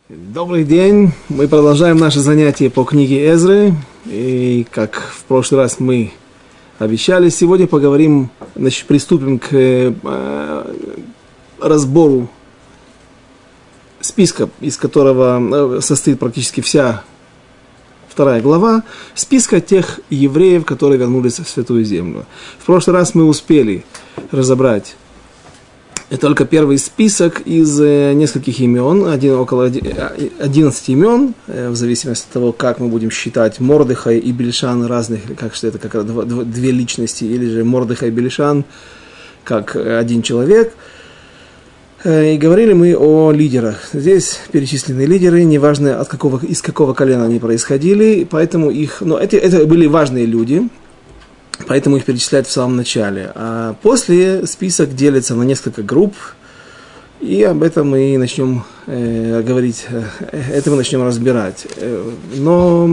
Добрый день! Мы продолжаем наше занятие по книге Эзры. И как в прошлый раз мы обещали, сегодня поговорим, приступим к разбору списка, из которого состоит практически вся вторая глава, списка тех евреев, которые вернулись в Святую Землю. В прошлый раз мы успели разобрать только первый список из нескольких имен, около 11 имен, в зависимости от того, как мы будем считать Мордехай и Бильшан разных, как что это, как две личности, или же Мордехай и Бильшан, как один человек. И говорили мы о лидерах. Здесь перечислены лидеры, неважно из какого колена они происходили, поэтому это были важные люди. Поэтому их перечисляют в самом начале. А после список делится на несколько групп. И об этом мы начнем говорить, это мы начнем разбирать. Но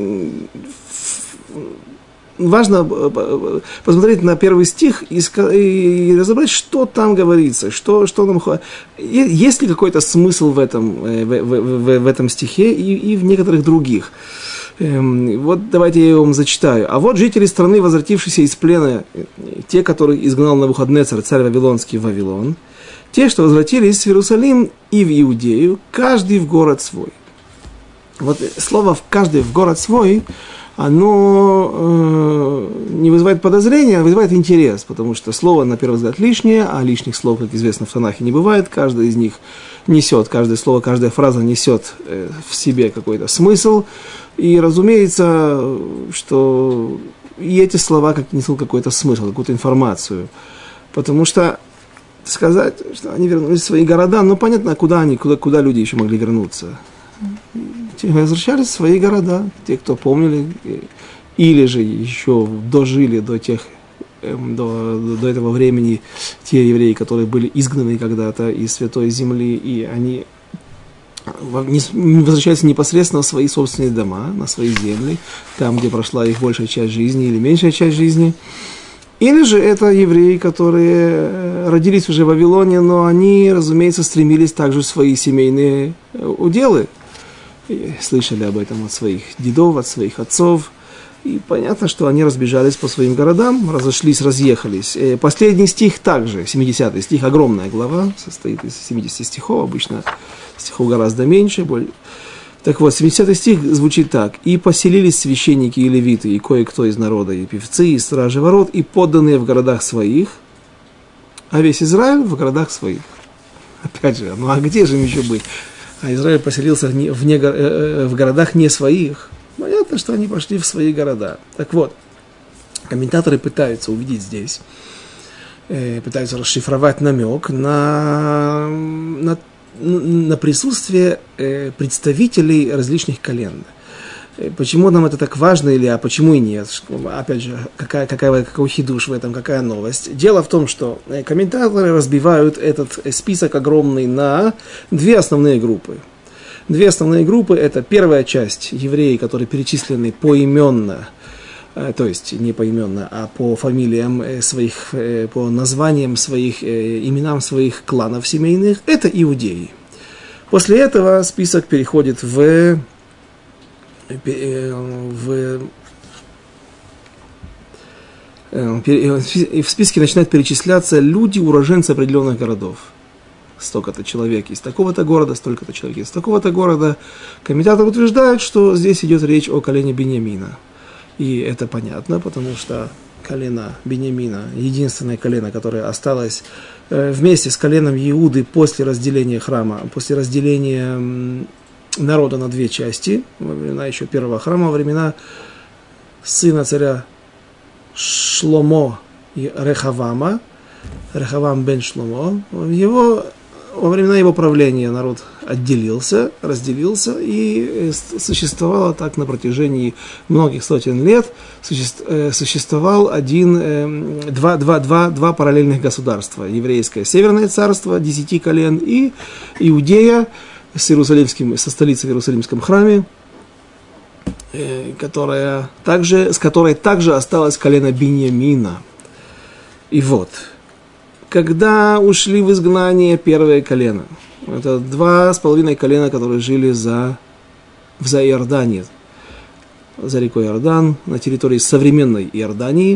важно посмотреть на первый стих и разобрать, что там говорится, что нам есть ли какой-то смысл в этом стихе и в некоторых других. Вот давайте я вам зачитаю. А вот жители страны, возвратившиеся из плена, те, которых изгнал Навуходоносор, царь Вавилонский, в Вавилон, те, что возвратились в Иерусалим и в Иудею, каждый в город свой. Вот слово «каждый в город свой», оно не вызывает подозрения, а вызывает интерес, потому что слово, на первый взгляд, лишнее, а лишних слов, как известно, в Танахе не бывает. Каждое из них несет, каждое слово, каждая фраза несет в себе какой-то смысл. И разумеется, что и эти слова несут какой-то смысл, какую-то информацию. Потому что сказать, что они вернулись в свои города, ну понятно, куда люди еще могли вернуться. Те возвращались в свои города, те, кто помнили, или же еще дожили до этого времени те евреи, которые были изгнаны когда-то из Святой Земли, и они возвращаются непосредственно в свои собственные дома, на свои земли, там, где прошла их большая часть жизни или меньшая часть жизни. Или же это евреи, которые родились уже в Вавилоне, но они, разумеется, стремились также в свои семейные уделы. И слышали об этом от своих дедов, от своих отцов. И понятно, что они разбежались по своим городам, разошлись, разъехались. Последний стих также, 70-й стих, огромная глава, состоит из 70 стихов, обычно стихов гораздо меньше. Так вот, 70-й стих звучит так. «И поселились священники и левиты, и кое-кто из народа, и певцы, и стражи ворот, и подданные в городах своих, а весь Израиль в городах своих». Опять же, а где же им еще быть? А Израиль поселился в городах не своих. Понятно, что они пошли в свои города. Так вот, комментаторы пытаются увидеть здесь, пытаются расшифровать намек на присутствие представителей различных колен. Почему нам это так важно, а почему и нет? Опять же, какой хидуш в этом, какая новость? Дело в том, что комментаторы разбивают этот список огромный на две основные группы. Две основные группы – это первая часть евреи, которые перечислены поименно, то есть не поименно, а по фамилиям своих, по названиям своих, именам своих кланов семейных – это иудеи. После этого список переходит в списке начинают перечисляться люди, уроженцы определенных городов. Столько-то человек из такого-то города, столько-то человек из такого-то города. Комментаторы утверждают, что здесь идет речь о колене Биньямина. И это понятно, потому что колено Биньямина, единственное колено, которое осталось вместе с коленом Иуды после разделения храма, после разделения народа на две части, во времена еще первого храма, во времена сына царя Шломо и Рехавама, Рехавам бен Шломо, во времена его правления народ разделился и существовало так на протяжении многих сотен лет, существовал два параллельных государства. Еврейское Северное царство, 10 колен, и Иудея со столицей в Иерусалимском храме, с которой также осталось колено Биньямина. И вот, когда ушли в изгнание первое колено, Это 2,5 колена, которые жили в Иордании, за рекой Иордан, на территории современной Иордании.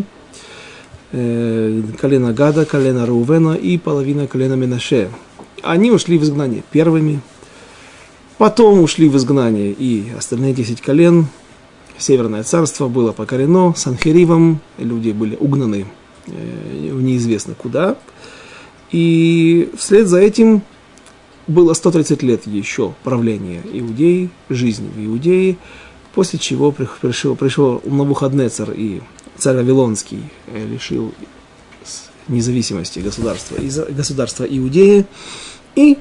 Колено Гада, колено Реувена и половина колена Менаше. Они ушли в изгнание первыми. Потом ушли в изгнание и остальные 10 колен. Северное царство было покорено Санхеривом. Люди были угнаны в неизвестно куда. И вслед за этим было 130 лет еще правления Иудеи, жизни в Иудее, после чего пришел Навуходнецар и царь Вавилонский лишил независимости государства Иудеи, и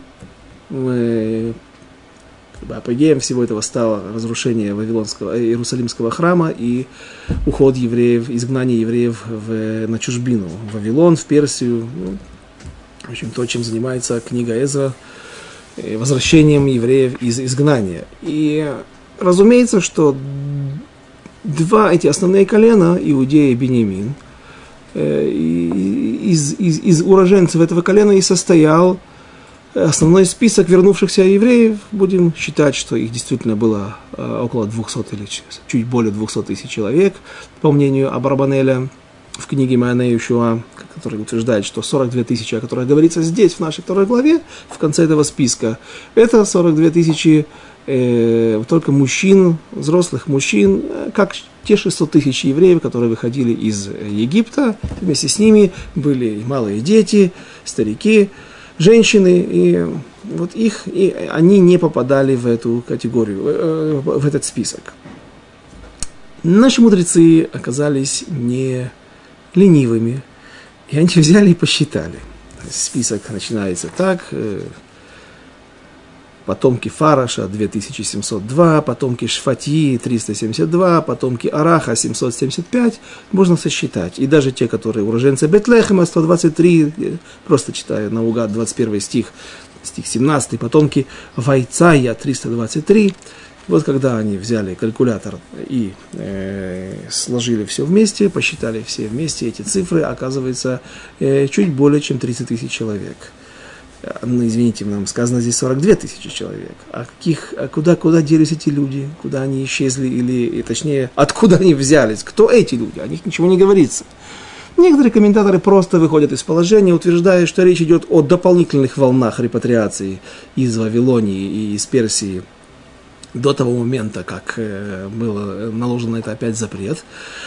апогеем всего этого стало разрушение Иерусалимского храма и уход евреев, изгнание евреев на чужбину, в Вавилон, в Персию. В общем, то, чем занимается книга Эзра, возвращением евреев из изгнания. И разумеется, что два эти основные колена, Иудея и Беньямин, из уроженцев этого колена и состоял основной список вернувшихся евреев. Будем считать, что их действительно было около 200 или чуть более 200 тысяч человек, по мнению Абарбанеля в книге Маане Йешуа, который утверждает, что 42 тысячи, о которых говорится здесь, в нашей второй главе, в конце этого списка, это 42 тысячи только мужчин, взрослых мужчин, как те 600 тысяч евреев, которые выходили из Египта. Вместе с ними были малые дети, старики, женщины, и вот и они не попадали в эту категорию, в этот список. Наши мудрецы оказались не ленивыми, и они взяли и посчитали. Список начинается так: потомки Фараша 2702, потомки Шфатьи 372, потомки Араха 775, можно сосчитать. И даже те, которые уроженцы Бетлехема 123, просто читаю наугад 21 стих 17, потомки Вайцая 323. Вот когда они взяли калькулятор и сложили все вместе, посчитали все вместе эти цифры, оказывается чуть более чем 30 тысяч человек. Ну, извините, нам сказано здесь 42 тысячи человек. Куда делись эти люди? Куда они исчезли? Или, точнее, откуда они взялись? Кто эти люди? О них ничего не говорится. Некоторые комментаторы просто выходят из положения, утверждая, что речь идет о дополнительных волнах репатриации из Вавилонии и из Персии до того момента, как был наложен на это опять запрет.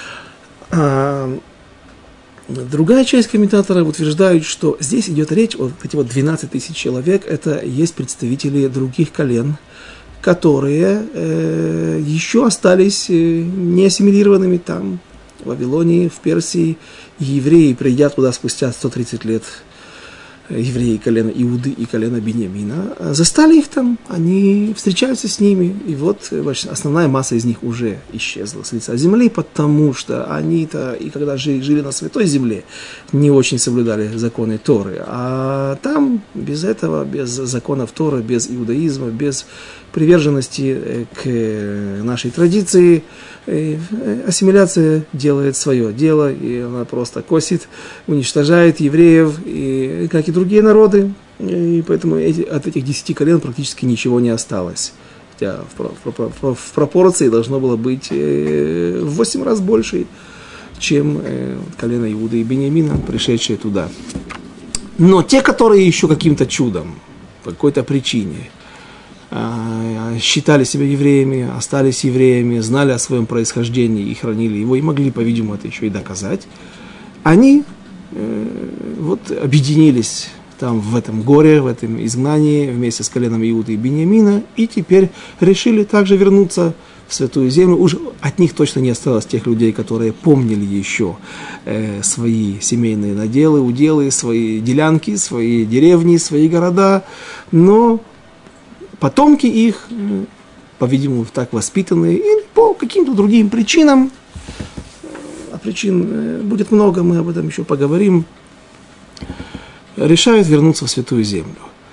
Другая часть комментаторов утверждает, что здесь идет речь о эти 12 тысяч человек, это есть представители других колен, которые еще остались не ассимилированными там, в Вавилонии, в Персии. Евреи, придя туда спустя 130 лет, евреи колена Иуды и колена Беньямина, застали их там, они встречаются с ними, и вот основная масса из них уже исчезла с лица земли, потому что они-то, и когда жили на святой земле, не очень соблюдали законы Торы, а там без этого, без законов Торы, без иудаизма, без приверженности к нашей традиции, ассимиляция делает свое дело, и она просто косит, уничтожает евреев, и, как и другие народы, и поэтому от этих 10 колен практически ничего не осталось. Хотя в пропорции должно было быть в 8 раз больше, чем колено Иуды и Беньямина, пришедшие туда. Но те, которые еще каким-то чудом, по какой-то причине, считали себя евреями, остались евреями, знали о своем происхождении и хранили его, и могли, по-видимому, это еще и доказать, они вот объединились там в этом горе, в этом изгнании вместе с коленом Иуды и Беньямина, и теперь решили также вернуться в Святую Землю. Уж от них точно не осталось тех людей, которые помнили еще свои семейные наделы, уделы, свои делянки, свои деревни, свои города, но потомки их, по-видимому, так воспитанные, или по каким-то другим причинам, а причин будет много, мы об этом еще поговорим, решают вернуться в Святую Землю.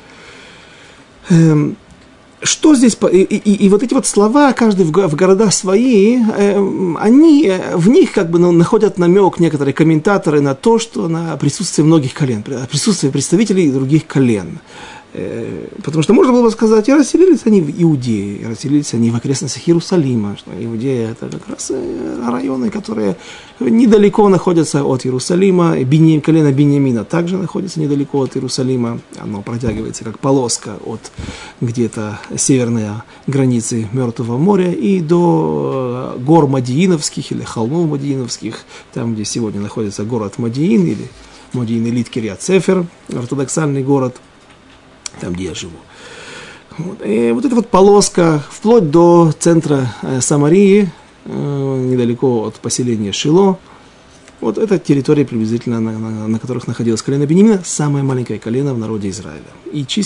Что здесь, и вот эти вот слова, каждый в города свои, они, в них как бы находят намек некоторые комментаторы на то, что на присутствие многих колен, присутствие представителей других колен. Потому что можно было бы сказать, и расселились они в Иудее, и расселились они в окрестностях Иерусалима, что Иудея это как раз районы, которые недалеко находятся от Иерусалима, колено Биньямина также находится недалеко от Иерусалима, оно протягивается как полоска от где-то северной границы Мертвого моря и до гор Мадииновских или холмов Мадииновских, там, где сегодня находится город Мадиин или Модиин-Элит Кирьят-Сефер, ортодоксальный город, там, где я живу. Вот. И вот эта вот полоска, вплоть до центра Самарии, недалеко от поселения Шило, вот эта территория приблизительно, на которых находилось колено Беньямина, самое маленькое колено в народе Израиля. И в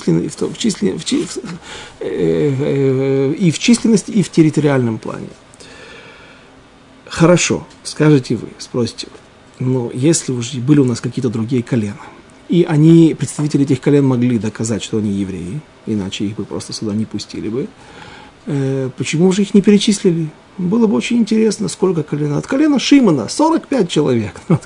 численности, и в территориальном плане. Хорошо, скажете вы, спросите вы, но если уже были у нас какие-то другие колена, и они, представители этих колен, могли доказать, что они евреи, иначе их бы просто сюда не пустили бы. Почему же их не перечислили? Было бы очень интересно, сколько колена. От колена Шимона 45 человек. От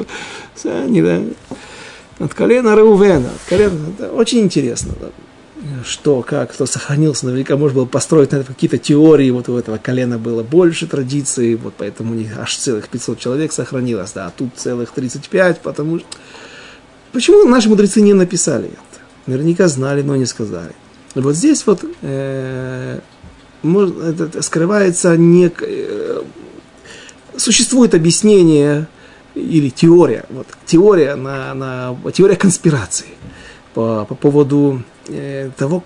колена Реувена. Очень интересно. Да. Что, как, кто сохранился. Наверняка можно было построить какие-то теории. Вот у этого колена было больше традиций. Вот поэтому у них аж целых 500 человек сохранилось. Да, а тут целых 35, потому что... Почему наши мудрецы не написали это? Наверняка знали, но не сказали. Вот здесь вот скрывается существует объяснение или теория, вот, теория конспирации по поводу того,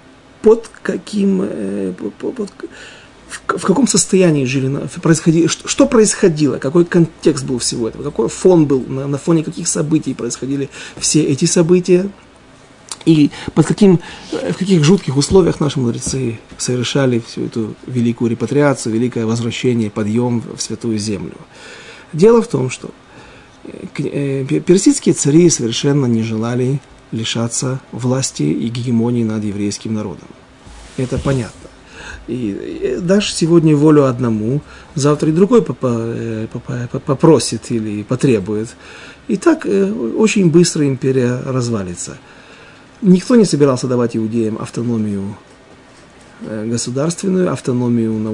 в каком состоянии жили, что происходило, какой контекст был всего этого, какой фон был, на фоне каких событий происходили все эти события, и в каких жутких условиях наши мудрецы совершали всю эту великую репатриацию, великое возвращение, подъем в Святую Землю. Дело в том, что персидские цари совершенно не желали лишаться власти и гегемонии над еврейским народом. Это понятно. И дашь сегодня волю одному, завтра и другой попросит или потребует. И так очень быстро империя развалится. Никто не собирался давать иудеям автономию государственную, автономию на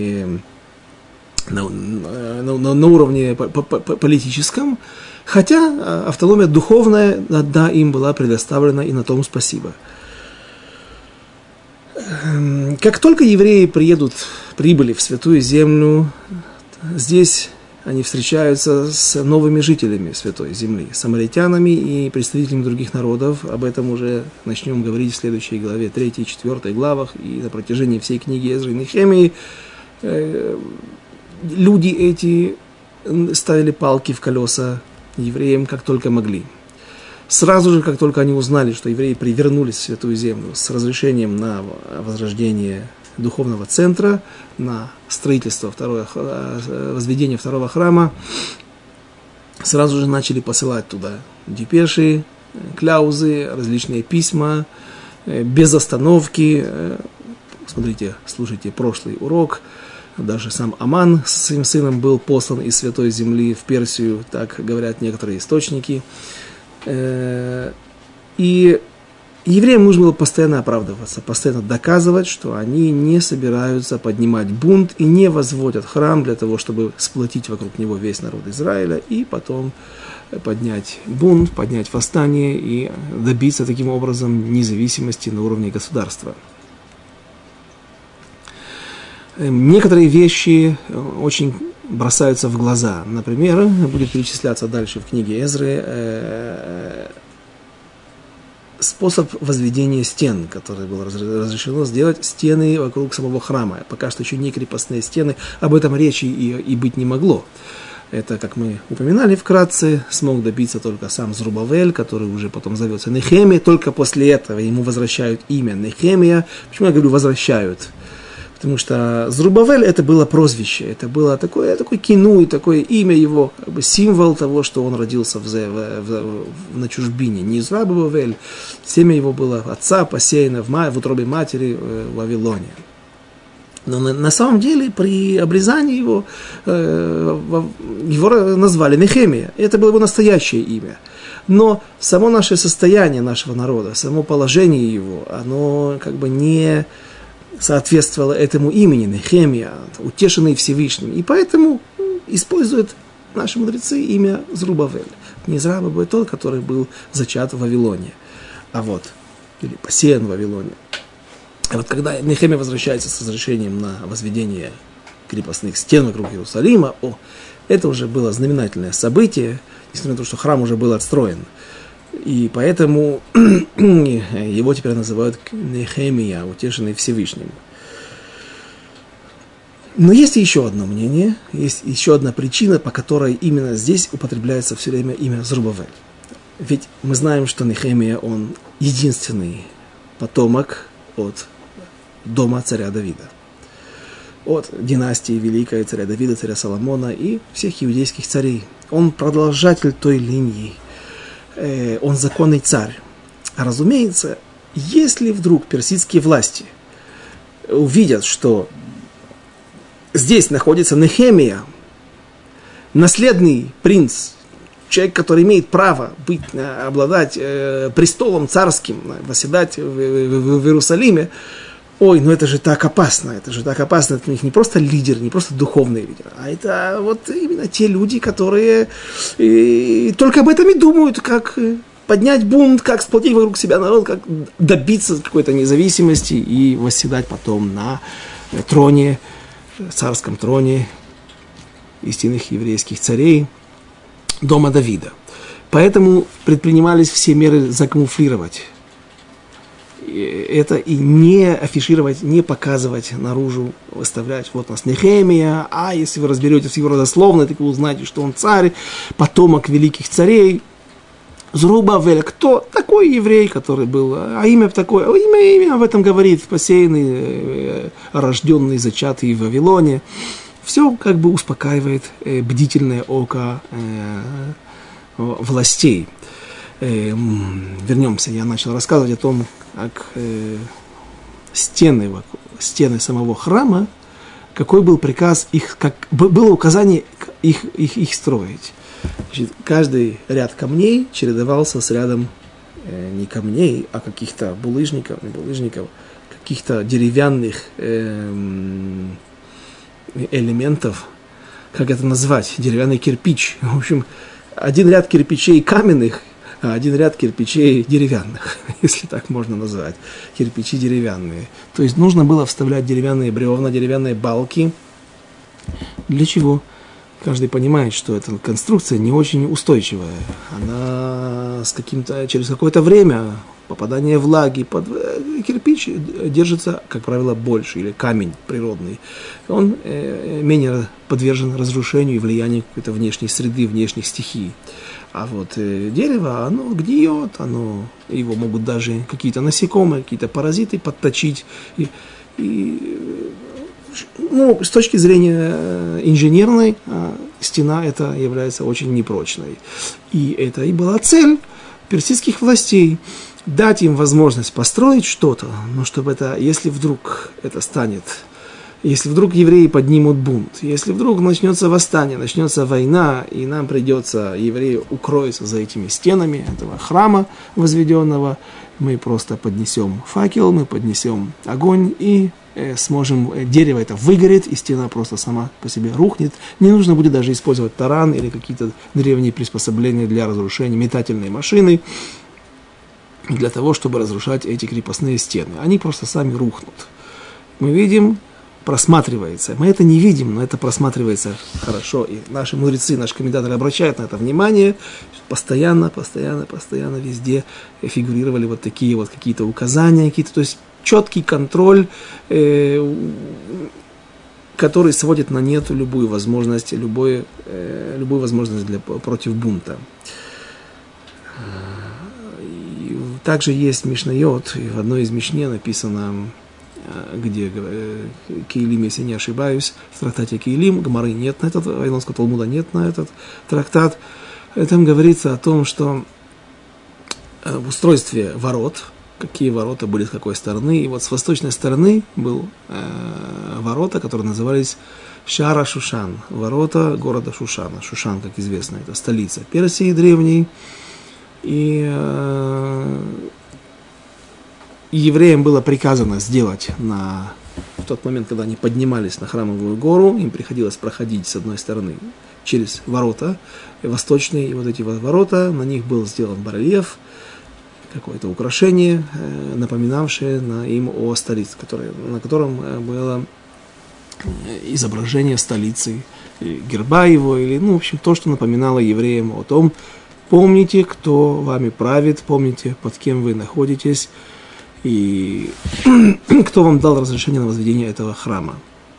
уровне политическом, хотя автономия духовная, да, им была предоставлена, и на том спасибо. Как только евреи прибыли в Святую Землю, здесь они встречаются с новыми жителями Святой Земли, самаритянами и представителями других народов. Об этом уже начнем говорить в следующей главе, 3 и 4 главах, и на протяжении всей книги Эзры и Нехемии. Люди эти ставили палки в колеса евреям, как только могли. Сразу же, как только они узнали, что евреи вернулись в Святую Землю с разрешением на возрождение духовного центра, на строительство возведение второго храма, сразу же начали посылать туда депеши, кляузы, различные письма, без остановки. Смотрите, слушайте прошлый урок. Даже сам Аман с своим сыном был послан из Святой Земли в Персию, так говорят некоторые источники. И евреям нужно было постоянно оправдываться, постоянно доказывать, что они не собираются поднимать бунт и не возводят храм для того, чтобы сплотить вокруг него весь народ Израиля и потом поднять бунт, поднять восстание и добиться таким образом независимости на уровне государства. Некоторые вещи очень бросаются в глаза. Например, будет перечисляться дальше в книге Эзры способ возведения стен, который было разрешено сделать, стены вокруг самого храма. Пока что еще не крепостные стены, об этом речи и быть не могло. Это, как мы упоминали вкратце, смог добиться только сам Зрубавель, который уже потом зовется Нехемия. Только после этого ему возвращают имя Нехемия. Почему я говорю «возвращают»? Потому что Зрубавель это было прозвище, это было такое кинуй, такое имя его, как бы символ того, что он родился на чужбине. Не Зрубавель, семя его было отца, посеяно в утробе матери в Вавилоне. Но на самом деле при обрезании его назвали Нехемия. Это было его настоящее имя. Но само наше состояние нашего народа, само положение его, оно как бы не соответствовало этому имени, Нехемия, утешенный Всевышним. И поэтому используют наши мудрецы имя Зрубавель. Не Зрубавель тот, который был зачат в Вавилоне, или посеян в Вавилоне. А вот когда Нехемия возвращается с разрешением на возведение крепостных стен вокруг Иерусалима, это уже было знаменательное событие, несмотря на то, что храм уже был отстроен. И поэтому его теперь называют Нехемия, утешенный Всевышним. Но есть еще одно мнение, есть еще одна причина, по которой именно здесь употребляется все время имя Зрубавель. Ведь мы знаем, что Нехемия, он единственный потомок от дома царя Давида. От династии великой царя Давида, царя Соломона и всех иудейских царей. Он продолжатель той линии. Он законный царь. А разумеется, если вдруг персидские власти увидят, что здесь находится Нехемия, наследный принц, человек, который имеет право обладать престолом царским, восседать в Иерусалиме, это же так опасно, это у них не просто лидер, не просто духовный лидер, а это вот именно те люди, которые только об этом и думают, как поднять бунт, как сплотить вокруг себя народ, как добиться какой-то независимости и восседать потом на троне, царском троне истинных еврейских царей дома Давида. Поэтому предпринимались все меры закамуфлировать это и не афишировать, не показывать наружу, выставлять, вот у нас Нехемия, а если вы разберетесь его родословно, так вы узнаете, что он царь, потомок великих царей. Зрубавель, кто? Такой еврей, который был, а имя такое, имя об этом говорит, посеянный, рожденный, зачатый в Вавилоне. Все как бы успокаивает бдительное око властей. Вернемся, я начал рассказывать о том, как стены самого храма, какой был приказ их, как было указание их строить. Значит, каждый ряд камней чередовался с рядом не камней, а каких-то булыжников, каких-то деревянных элементов, как это назвать, деревянный кирпич. В общем, один ряд кирпичей каменных, а один ряд кирпичей деревянных, если так можно назвать, кирпичи деревянные. То есть нужно было вставлять деревянные бревна, деревянные балки. Для чего? Каждый понимает, что эта конструкция не очень устойчивая. Она через какое-то время попадание влаги под кирпич держится, как правило, больше, или камень природный. Он менее подвержен разрушению и влиянию какой-то внешней среды, внешних стихий. А вот дерево, оно гниет, его могут даже какие-то насекомые, какие-то паразиты подточить. С точки зрения инженерной, стена эта является очень непрочной. И это и была цель персидских властей. Дать им возможность построить что-то, но чтобы если вдруг евреи поднимут бунт, если вдруг начнется восстание, начнется война, и нам придется, евреи, укроиться за этими стенами этого храма возведенного, мы просто поднесем факел, мы поднесем огонь и сможем, дерево это выгорит, и стена просто сама по себе рухнет. Не нужно будет даже использовать таран или какие-то древние приспособления для разрушения, метательные машины, для того, чтобы разрушать эти крепостные стены. Они просто сами рухнут. Мы видим, просматривается. Мы это не видим, но это просматривается хорошо. И наши мудрецы, наши комментаторы обращают на это внимание. Постоянно везде фигурировали вот такие вот какие-то указания, то есть четкий контроль, который сводит на нет любую возможность против бунта. Также есть Мишнайот, и в одной из Мишне написано, где Кейлим, если не ошибаюсь, в трактате Кейлим, Гмары нет на этот, Вавилонского Талмуда нет на этот трактат. Там говорится о том, что в устройстве ворот, какие ворота были с какой стороны, и вот с восточной стороны был ворота, которые назывались Шара Шушан, ворота города Шушана. Шушан, как известно, это столица Персии древней. И евреям было приказано сделать в тот момент, когда они поднимались на Храмовую гору, им приходилось проходить с одной стороны через ворота восточные, и вот эти ворота, на них был сделан барельеф, какое-то украшение, напоминавшее им о столице, на котором было изображение столицы, герба его, или, в общем, то, что напоминало евреям о том, помните, кто вами правит, помните, под кем вы находитесь, и кто вам дал разрешение на возведение этого храма.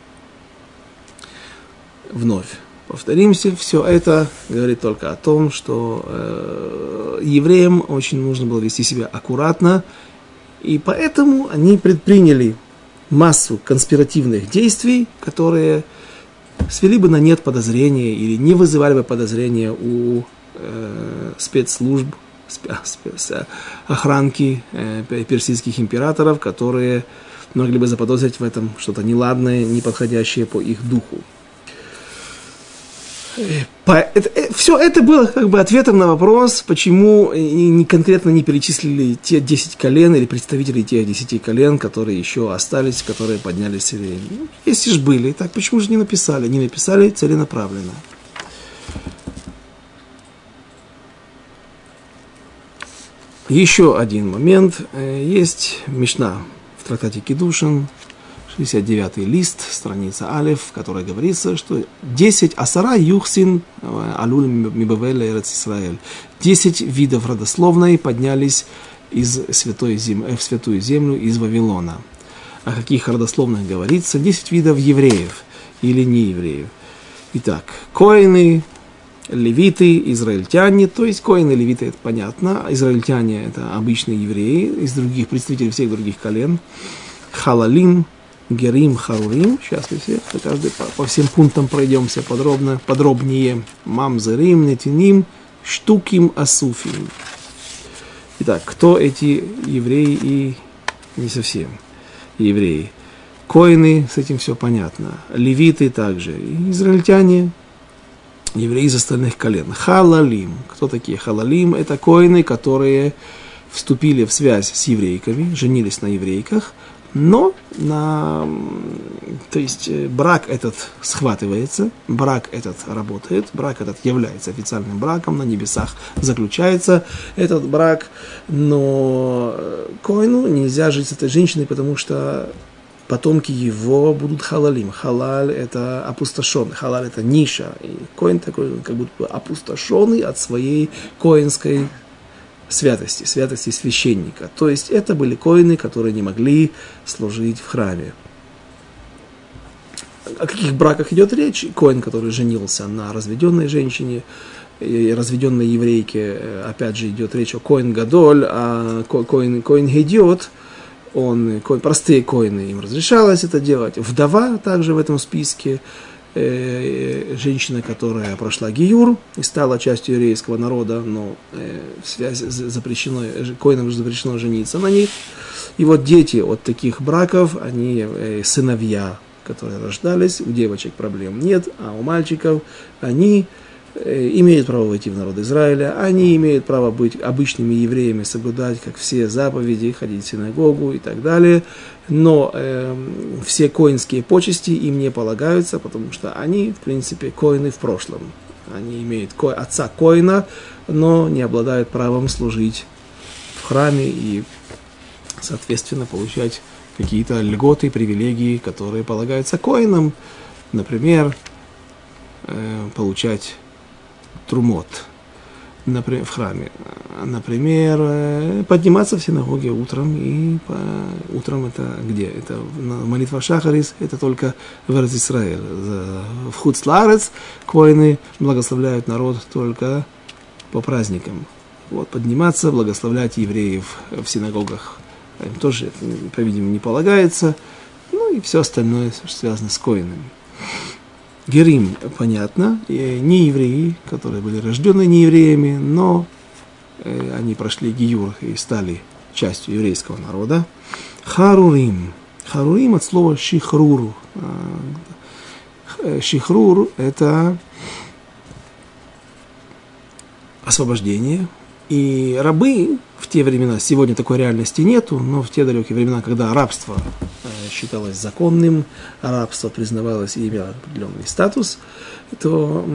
Вновь повторимся, все это говорит только о том, что евреям очень нужно было вести себя аккуратно, и поэтому они предприняли массу конспиративных действий, которые свели бы на нет подозрения или не вызывали бы подозрения у спецслужб, охранки персидских императоров, которые могли бы заподозрить в этом что-то неладное, неподходящее по их духу. Все это было как бы ответом на вопрос, почему конкретно не перечислили те 10 колен или представителей тех 10 колен, которые еще остались, которые поднялись в Сирии. Если же были, так почему же не написали? Не написали целенаправленно. Еще один момент. Есть Мишна в трактате Кидушин, 69-й лист, страница Алеф, в которой говорится, что 10 асара юхсин алюль мибавель эрец Исраэль. 10 видов родословной поднялись в святую землю из Вавилона. О каких родословных говорится? 10 видов евреев или неевреев. Итак, коины, левиты, израильтяне, то есть коины, левиты, это понятно, израильтяне это обычные евреи, из других представителей всех других колен, халалим, герим, харурим, сейчас мы все по всем пунктам пройдемся подробнее, мамзерим, нетиним, штуким, асуфим. Итак, кто эти евреи и не совсем евреи? Коины, с этим все понятно, левиты также, израильтяне, евреи из остальных колен. Халалим. Кто такие халалим? Это коины, которые вступили в связь с еврейками, женились на еврейках, но то есть брак этот схватывается, брак этот работает, брак этот является официальным браком, на небесах заключается этот брак, но коину нельзя жить с этой женщиной, потому что потомки его будут халалим. Халаль – это опустошенный, халаль – это ниша. И коин такой, как будто бы опустошенный от своей коинской святости священника. То есть это были коины, которые не могли служить в храме. О каких браках идет речь? Коин, который женился на разведенной женщине, разведенной еврейке, опять же идет речь о коин гадоль, а коин гедиот, простые коины, им разрешалось это делать. Вдова также в этом списке, женщина, которая прошла гиюр и стала частью еврейского народа, но в связи с коинам запрещено жениться на них. И вот дети от таких браков, они сыновья, которые рождались, у девочек проблем нет, а у мальчиков они имеют право войти в народ Израиля, они имеют право быть обычными евреями, соблюдать, как все заповеди, ходить в синагогу и так далее, но все коинские почести им не полагаются, потому что они, в принципе, коины в прошлом. Они имеют отца коина, но не обладают правом служить в храме и, соответственно, получать какие-то льготы, привилегии, которые полагаются коинам, например, получать трумот в храме. Например, подниматься в синагоге утром. И утром это где? Это молитва Шахарис, это только в Эрец Исраэль. В Хуц-Лаарец коины благословляют народ только по праздникам. Вот, подниматься, благословлять евреев в синагогах им тоже, по-видимому, не полагается. Ну и все остальное связано с коинами. Герим, понятно, не евреи, которые были рождены неевреями, но они прошли гиюр и стали частью еврейского народа. Харурим. Харурим от слова шихрур. Шихрур – это освобождение, И рабы в те времена, сегодня такой реальности нету, но в те далекие времена, когда рабство считалось законным, а рабство признавалось и имело определенный статус, то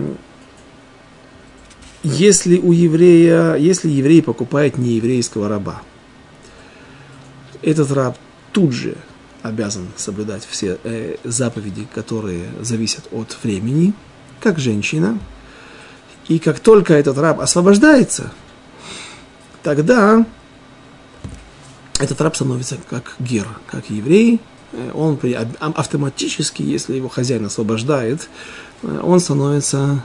если еврей покупает нееврейского раба, этот раб тут же обязан соблюдать все заповеди, которые зависят от времени, как женщина. И как только этот раб освобождается, тогда этот раб становится как гер, как еврей. Он автоматически, если его хозяин освобождает, он становится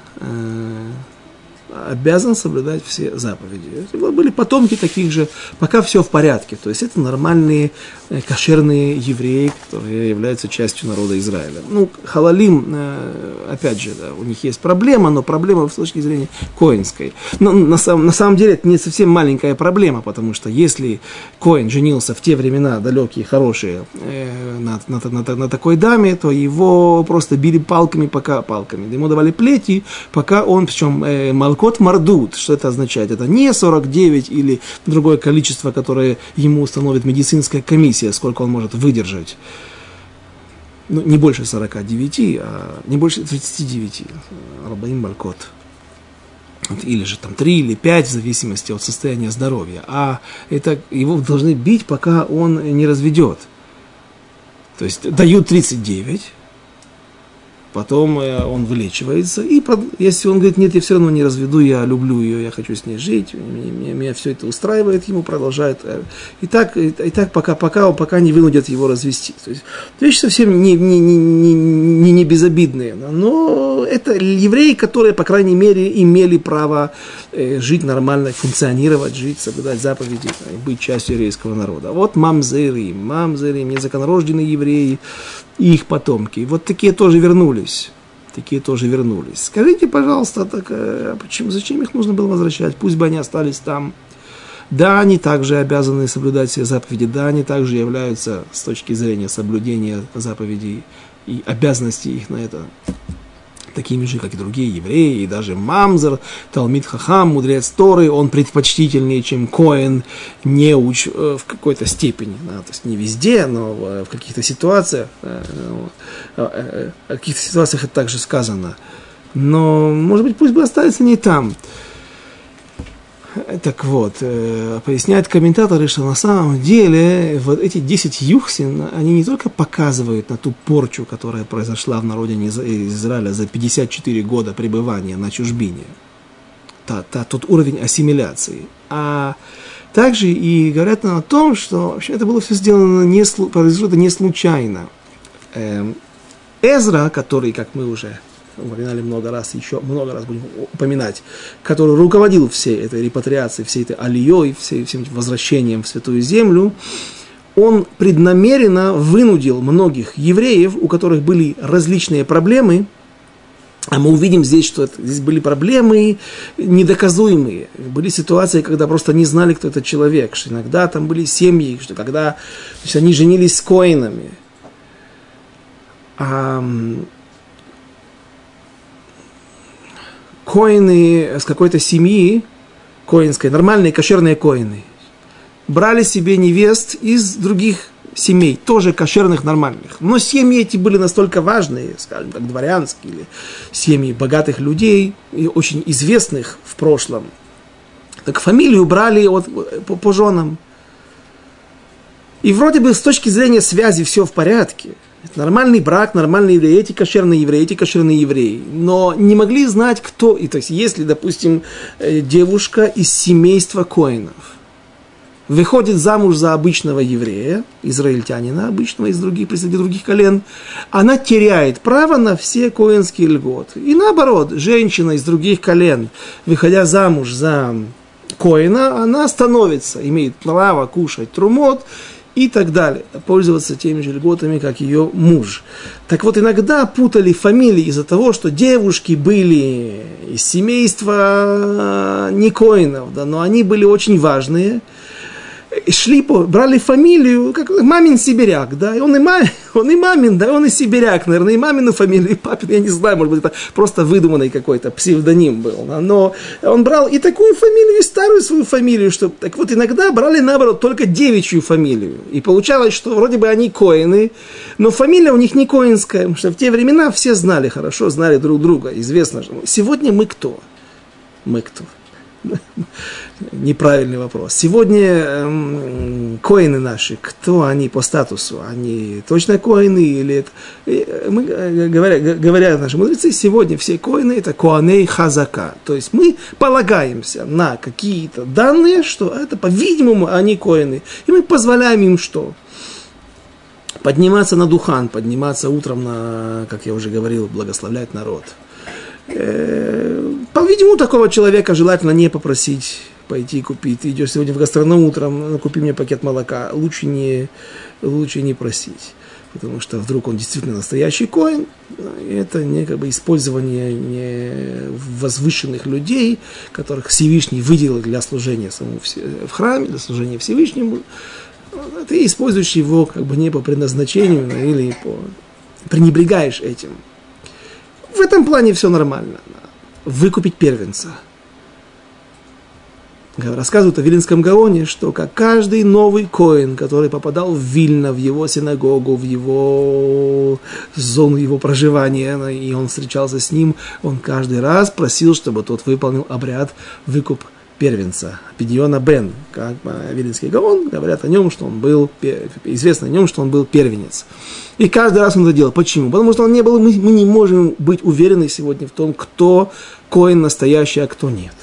обязан соблюдать все заповеди. Это были потомки таких же, пока все в порядке. То есть это нормальные кошерные евреи, которые являются частью народа Израиля. Ну, халалим, опять же, да, у них есть проблема, но проблема с точки зрения коэнской. Но на самом деле это не совсем маленькая проблема, потому что если коэн женился в те времена далекие, хорошие, на такой даме, то его просто били палками, ему давали плети, пока он, причем малкот мардут, что это означает? Это не 49 или другое количество, которое ему установит медицинская комиссия, сколько он может выдержать. Ну, не больше 49, а не больше 39. Рабаим малкот. Или же там 3 или 5, в зависимости от состояния здоровья. А это его должны бить, пока он не разведет. То есть дают 39, потом он вылечивается, и если он говорит, нет, я все равно не разведу, я люблю ее, я хочу с ней жить, меня все это устраивает, ему продолжает. И так пока не вынудят его развести. То есть вещи совсем не безобидные, но это евреи, которые, по крайней мере, имели право жить нормально, функционировать, жить, соблюдать заповеди, быть частью еврейского народа. Вот мамзерим, незаконнорожденные евреи, и их потомки. Вот такие тоже вернулись. Скажите, пожалуйста, зачем их нужно было возвращать? Пусть бы они остались там. Да, они также обязаны соблюдать все заповеди. Да, они также являются, с точки зрения соблюдения заповедей и обязанностей их на это, такими же, как и другие евреи, и даже мамзер, талмид хахам, мудрец Торы, он предпочтительнее, чем коэн, неуч в какой-то степени, да, то есть не везде, но в каких-то ситуациях, это также сказано. Но, может быть, пусть бы остается не там. Так вот, поясняют комментаторы, что на самом деле вот эти 10 юхсин, они не только показывают на ту порчу, которая произошла в народе Израиля за 54 года пребывания на чужбине, тот уровень ассимиляции, а также и говорят нам о том, что вообще это было все сделано, произошло это не случайно. Эзра, который, как мы уже упоминали много раз, еще много раз будем упоминать, который руководил всей этой репатриацией, всей этой алией, всем этим возвращением в Святую Землю, он преднамеренно вынудил многих евреев, у которых были различные проблемы, а мы увидим здесь, что здесь были проблемы недоказуемые, были ситуации, когда просто не знали, кто этот человек, что иногда там были семьи, что когда они женились с коэнами, коэны с какой-то семьи, коэнской, нормальные кошерные коэны, брали себе невест из других семей, тоже кошерных, нормальных. Но семьи эти были настолько важные, скажем так, дворянские, или семьи богатых людей, и очень известных в прошлом. Так фамилию брали по женам. И вроде бы с точки зрения связи все в порядке. Нормальный брак, нормальные евреи, эти кошерные евреи, но не могли знать, кто. И то есть, если, допустим, девушка из семейства коэнов выходит замуж за обычного еврея, израильтянина обычного, из представителей других колен, она теряет право на все коэнские льготы. И наоборот, женщина из других колен, выходя замуж за коэна, она становится, имеет право кушать трумот, и так далее, пользоваться теми же льготами, как ее муж. Так вот, иногда путали фамилии из-за того, что девушки были из семейства не коэнов, да, но они были очень важные. брали фамилию, как мамин сибиряк, да, и он и мамин, да, он и сибиряк, наверное, и мамину фамилию, и папин, я не знаю, может быть, это просто выдуманный какой-то псевдоним был, да, но он брал и такую фамилию, и старую свою фамилию, что, так вот, иногда брали, наоборот, только девичью фамилию, и получалось, что вроде бы они коэны, но фамилия у них не коэнская, потому что в те времена все знали хорошо, знали друг друга, известно же. Сегодня мы кто? Мы кто? Неправильный вопрос. Сегодня коины наши, кто они по статусу? Они точно коины или это? Мы, говорят наши мудрецы, сегодня все коины это коаней хазака. То есть мы полагаемся на какие-то данные, что это, по-видимому, они коины. И мы позволяем им что? Подниматься на духан, подниматься утром на, как я уже говорил, благословлять народ. По-видимому, такого человека желательно не попросить пойти купить. Ты идешь сегодня в гастроном утром, купи мне пакет молока. Лучше не просить, потому что вдруг он действительно настоящий коэн. Это не как бы использование не возвышенных людей, которых Всевышний выделил для служения самому в храме, для служения Всевышнему. Ты используешь его как бы не по предназначению или пренебрегаешь этим. В этом плане все нормально. Выкупить первенца. Рассказывают о Вилинском Гаоне, что как каждый новый коэн, который попадал в Вильно, в его синагогу, в его зону его проживания, и он встречался с ним, он каждый раз просил, чтобы тот выполнил обряд выкуп первенца, Пидьона Бен, как Вилинский Гаон, говорят о нем, что он был, известно о нем, что он был первенец. И каждый раз он это делал. Почему? Потому что он не был, мы не можем быть уверены сегодня в том, кто коэн настоящий, а кто нет.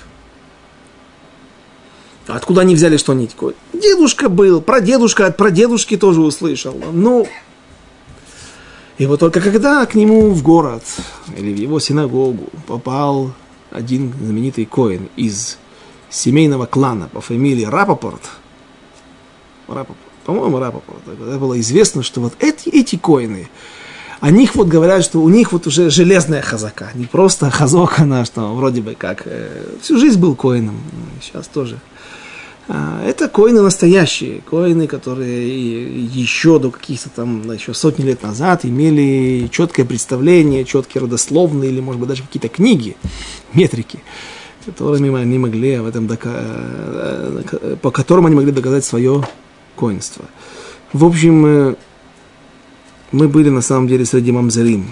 Откуда они взяли, что они коэн? Дедушка был, прадедушка, от прадедушки тоже услышал. Ну, и вот только когда к нему в город или в его синагогу попал один знаменитый коэн из семейного клана по фамилии Рапопорт, по-моему, Рапопорт, это было известно, что вот эти коины, о них вот говорят, что у них вот уже железная хазака, не просто хазок, она что вроде бы как всю жизнь был коином, сейчас тоже. Это коины настоящие, коины, которые еще до каких-то там, еще сотни лет назад имели четкое представление, четкие родословные или, может быть, даже какие-то книги, метрики, которыми они могли в этом по которым они могли доказать свое коинство. В общем, мы были на самом деле среди мамзерим.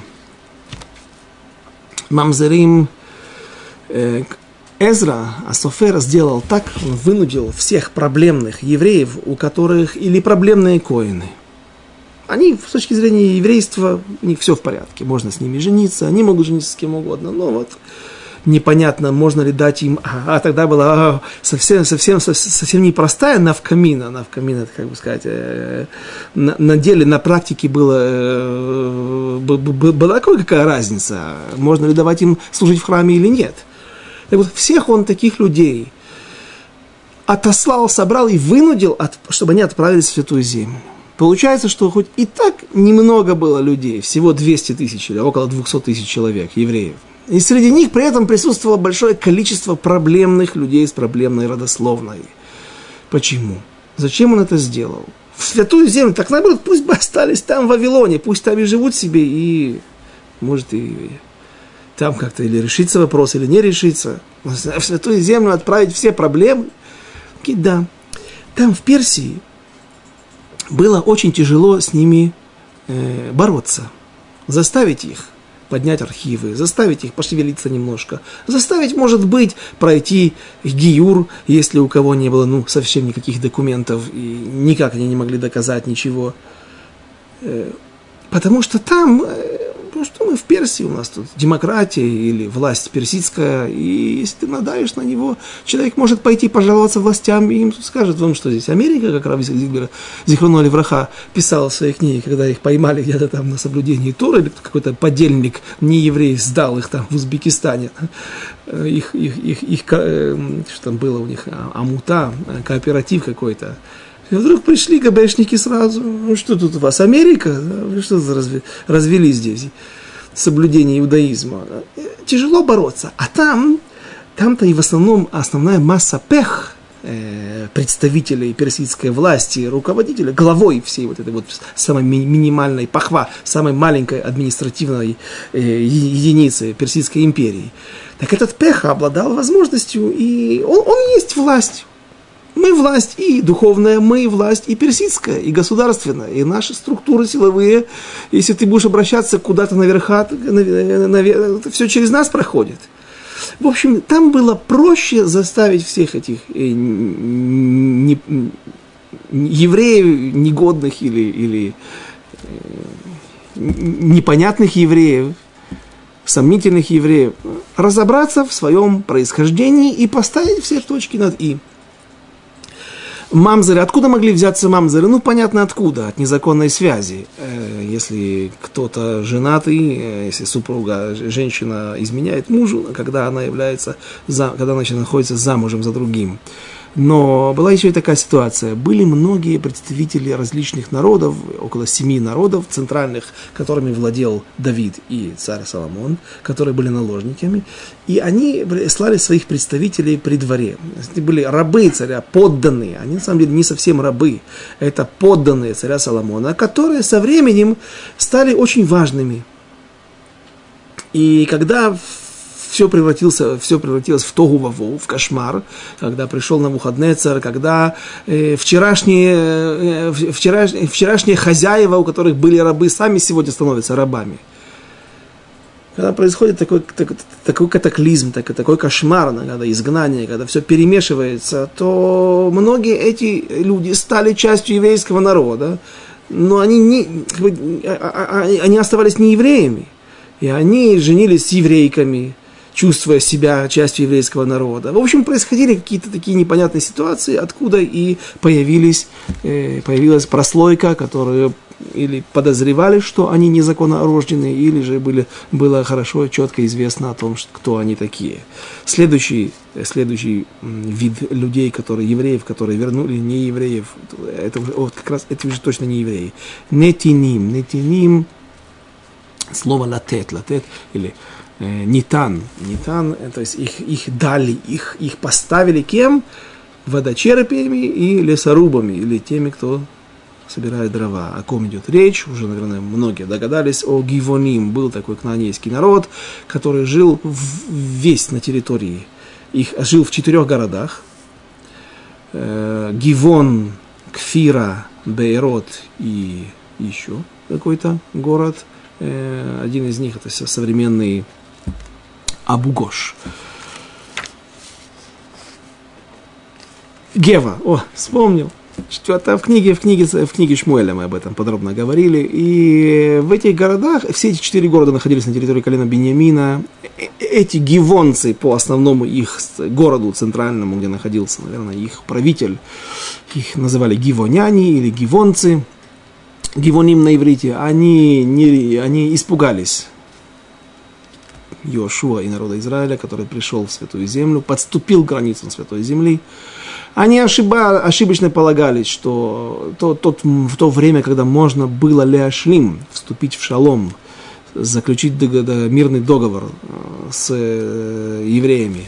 Мамзерим Эзра, Асофер, сделал так, он вынудил всех проблемных евреев, у которых или проблемные коины. Они, с точки зрения еврейства, у них все в порядке, можно с ними жениться, они могут жениться с кем угодно, но вот непонятно, можно ли дать им, тогда была совсем непростая навкамина, это, как бы сказать, на деле, на практике была какая разница, можно ли давать им служить в храме или нет. Так вот, всех он таких людей отослал, собрал и вынудил, чтобы они отправились в Святую Землю. Получается, что хоть и так немного было людей, всего 200 тысяч или около 200 тысяч человек, евреев, и среди них при этом присутствовало большое количество проблемных людей с проблемной родословной. Почему? Зачем он это сделал? В Святую Землю, так наоборот, пусть бы остались там в Вавилоне, пусть там и живут себе, и может и там как-то или решится вопрос, или не решится. В Святую Землю отправить все проблемы. И да, там в Персии было очень тяжело с ними бороться, заставить их поднять архивы, заставить их пошевелиться немножко, заставить, может быть, пройти гиюр, если у кого не было совсем никаких документов, и никак они не могли доказать ничего. Потому что там, что мы в Персии, у нас тут демократия или власть персидская, и если ты надаешь на него, человек может пойти пожаловаться властям, и им скажет вам, что здесь Америка, как Рав Зихрону Левраха писал в своей книге, когда их поймали где-то там на соблюдении Торы, или какой-то подельник, не еврей, сдал их там в Узбекистане, что там было у них, амута, кооператив какой-то. И вдруг пришли ГБшники сразу. Ну что тут у вас, Америка? Вы что развели здесь соблюдение иудаизма? Тяжело бороться. А там-то и в основном основная масса пех, представителей персидской власти, руководителя, главой всей вот этой вот самой минимальной пахва, самой маленькой административной единицы Персидской империи. Так этот Пеха обладал возможностью, и он есть власть. Мы власть и духовная, мы власть и персидская, и государственная, и наши структуры силовые. Если ты будешь обращаться куда-то наверха, это все через нас проходит. В общем, там было проще заставить всех этих евреев, негодных или непонятных евреев, сомнительных евреев, разобраться в своем происхождении и поставить все точки над «и». Мамзеры. Откуда могли взяться мамзеры? Ну, понятно, откуда. От незаконной связи. Если кто-то женатый, если супруга, женщина изменяет мужу, когда она находится замужем за другим. Но была еще и такая ситуация. Были многие представители различных народов, около 7 народов центральных, которыми владел Давид и царь Соломон, которые были наложниками. И они слали своих представителей при дворе. Это были рабы царя, подданные. Они на самом деле не совсем рабы. Это подданные царя Соломона, которые со временем стали очень важными. И когда все превратилось в тогу-ваву, в кошмар, когда пришел Навуходнецар, когда вчерашние хозяева, у которых были рабы, сами сегодня становятся рабами. Когда происходит такой катаклизм, такой кошмар, когда изгнание, когда все перемешивается, то многие эти люди стали частью еврейского народа, но они оставались не евреями, и они женились с еврейками, чувствуя себя частью еврейского народа. В общем, происходили какие-то такие непонятные ситуации, откуда и появилась прослойка, которую или подозревали, что они незаконно рожденные, или же было хорошо, четко известно о том, кто они такие. Следующий вид людей, евреев, которые вернули не евреев, это уже точно не евреи. Нетиним, слово латет или нитан, то есть их дали, их поставили кем? Водочерпиями и лесорубами, или теми, кто собирает дрова. О ком идет речь? Уже, наверное, многие догадались. О Гивоним. Был такой кнаанейский народ, который жил весь на территории. Жил в 4 городах. Гивон, Кфира, Бейрот и еще какой-то город. Один из них это современный Абу-Гош. Гева. Вспомнил. В книге Шмуэля мы об этом подробно говорили. И в этих городах, все эти 4 города находились на территории колена Биньямина. Эти гивонцы по основному их городу центральному, где находился, наверное, их правитель, их называли гивоняне или гивонцы, гивоним на иврите, они испугались Йошуа и народа Израиля, который пришел в Святую Землю, подступил к границам Святой Земли. Они ошибочно полагали, что в то время, когда можно было леашлим, вступить в шалом, заключить мирный договор с евреями,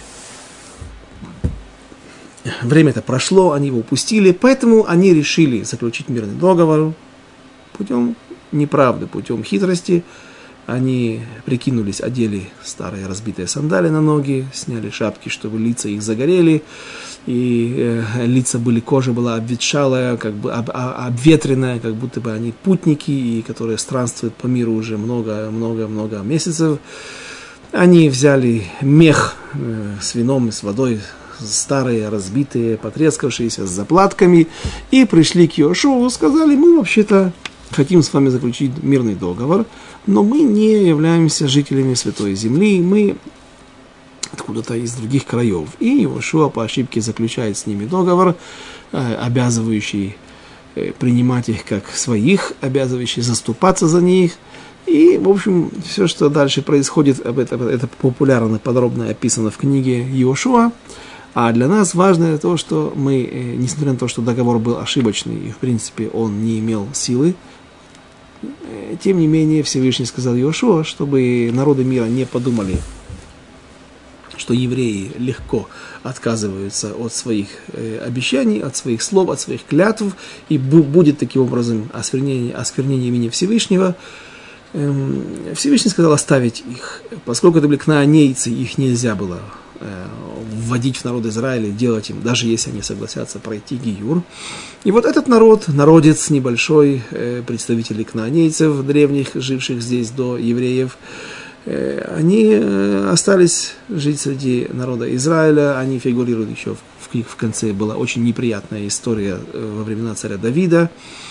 время-то прошло, они его упустили, поэтому они решили заключить мирный договор путем неправды, путем хитрости. Они прикинулись, одели старые разбитые сандали на ноги, сняли шапки, чтобы лица их загорели, и кожа была обветшалая, как бы обветренная, как будто бы они путники, и которые странствуют по миру уже много месяцев. Они взяли мех с вином и с водой, старые, разбитые, потрескавшиеся, с заплатками, и пришли к Йошуа, сказали: мы вообще-то хотим с вами заключить мирный договор, но мы не являемся жителями Святой Земли, мы откуда-то из других краев. И Йошуа по ошибке заключает с ними договор, обязывающий принимать их как своих, обязывающий заступаться за них. И, в общем, все, что дальше происходит, это популярно, подробно описано в книге Йошуа. А для нас важно то, что мы, несмотря на то, что договор был ошибочный, и, в принципе, он не имел силы, тем не менее, Всевышний сказал Йошуа, чтобы народы мира не подумали, что евреи легко отказываются от своих обещаний, от своих слов, от своих клятв, и будет таким образом осквернение имени Всевышнего. Всевышний сказал оставить их, поскольку это были кнаанейцы, их нельзя было вводить в народ Израиля, делать им, даже если они согласятся пройти гиюр. И вот этот народ, народец небольшой, представители кнаанейцев, древних, живших здесь до евреев, они остались жить среди народа Израиля, они фигурируют еще в конце, была очень неприятная история во времена царя Давида,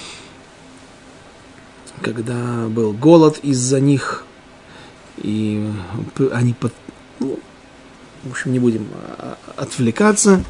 когда был голод из-за них, и они, в общем, не будем отвлекаться.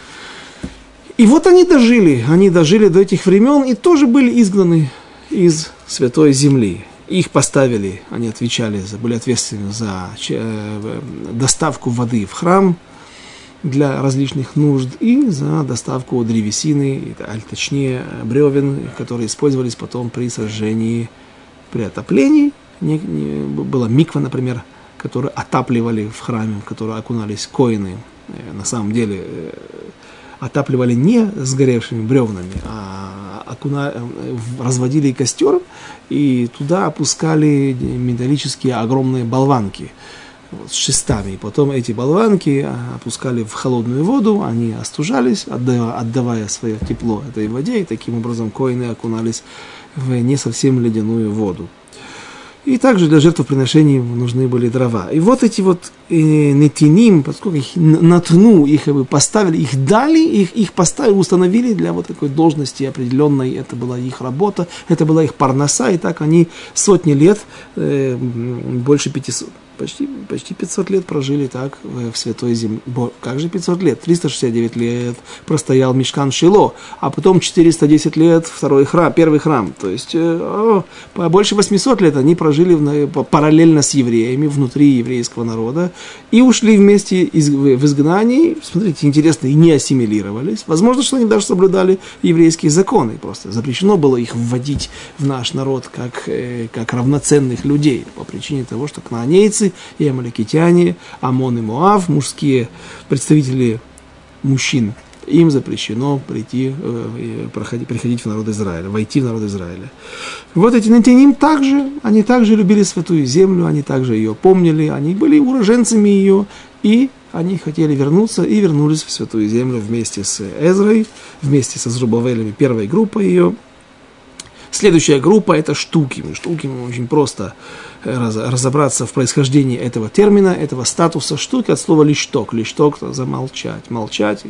И вот они дожили до этих времен и тоже были изгнаны из Святой Земли. Их поставили, они были ответственны за доставку воды в храм для различных нужд и за доставку древесины, точнее бревен, которые использовались потом при сожжении, при отоплении. Была миква, например, которую отапливали в храме, в которую окунались коины. На самом деле отапливали не сгоревшими бревнами, а разводили костер и туда опускали металлические огромные болванки с шестами. И потом эти болванки опускали в холодную воду, они остужались, отдавая свое тепло этой воде, и таким образом коины окунались в не совсем ледяную воду. И также для жертвоприношений нужны были дрова. И вот эти вот нетиним, поскольку их натну, их поставили, их дали, их поставили, установили для вот такой должности определенной. Это была их работа, это была их парноса. И так они сотни лет, больше 500, почти 500 лет прожили так в Святой Земле. Как же 500 лет? 369 лет простоял Мишкан Шило, а потом 410 лет первый храм. То есть больше 800 лет они прожили параллельно с евреями, внутри еврейского народа, и ушли вместе в изгнании. Смотрите, интересно, и не ассимилировались. Возможно, что они даже соблюдали еврейские законы. Просто запрещено было их вводить в наш народ как равноценных людей по причине того, что кнаанейцы и амаликитяне, Амон и Моав, мужские представители мужчин, им запрещено приходить в народ Израиля, войти в народ Израиля. Вот эти нетиним они также любили Святую Землю, они также ее помнили, они были уроженцами ее, и они хотели вернуться, и вернулись в Святую Землю вместе с Эзрой, вместе со Зрубавелем, первой группой ее. Следующая группа – это штуким. Штуким очень просто разобраться в происхождении этого термина, этого статуса. Штуки от слова лишток. Лишток – замолчать. Молчать.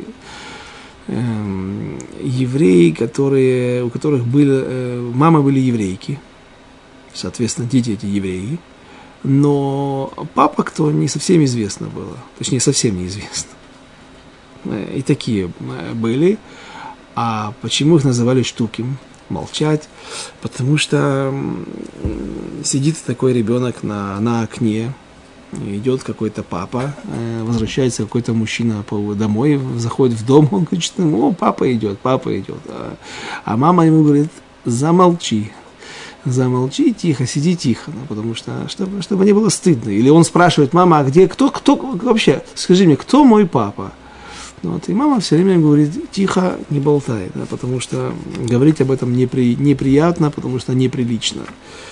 Евреи, у которых мамы были еврейки, соответственно, дети эти евреи, но папа кто, не совсем известно было, точнее, совсем неизвестно. И такие были. А почему их называли штуким? Молчать, потому что сидит такой ребенок на окне, идет какой-то папа, возвращается какой-то мужчина домой, заходит в дом, он говорит, папа идет. А мама ему говорит, замолчи, тихо, сиди тихо, потому что, чтобы не было стыдно. Или он спрашивает, мама, а где, кто вообще, скажи мне, кто мой папа? И мама все время говорит, тихо, не болтай, потому что говорить об этом неприятно, потому что неприлично.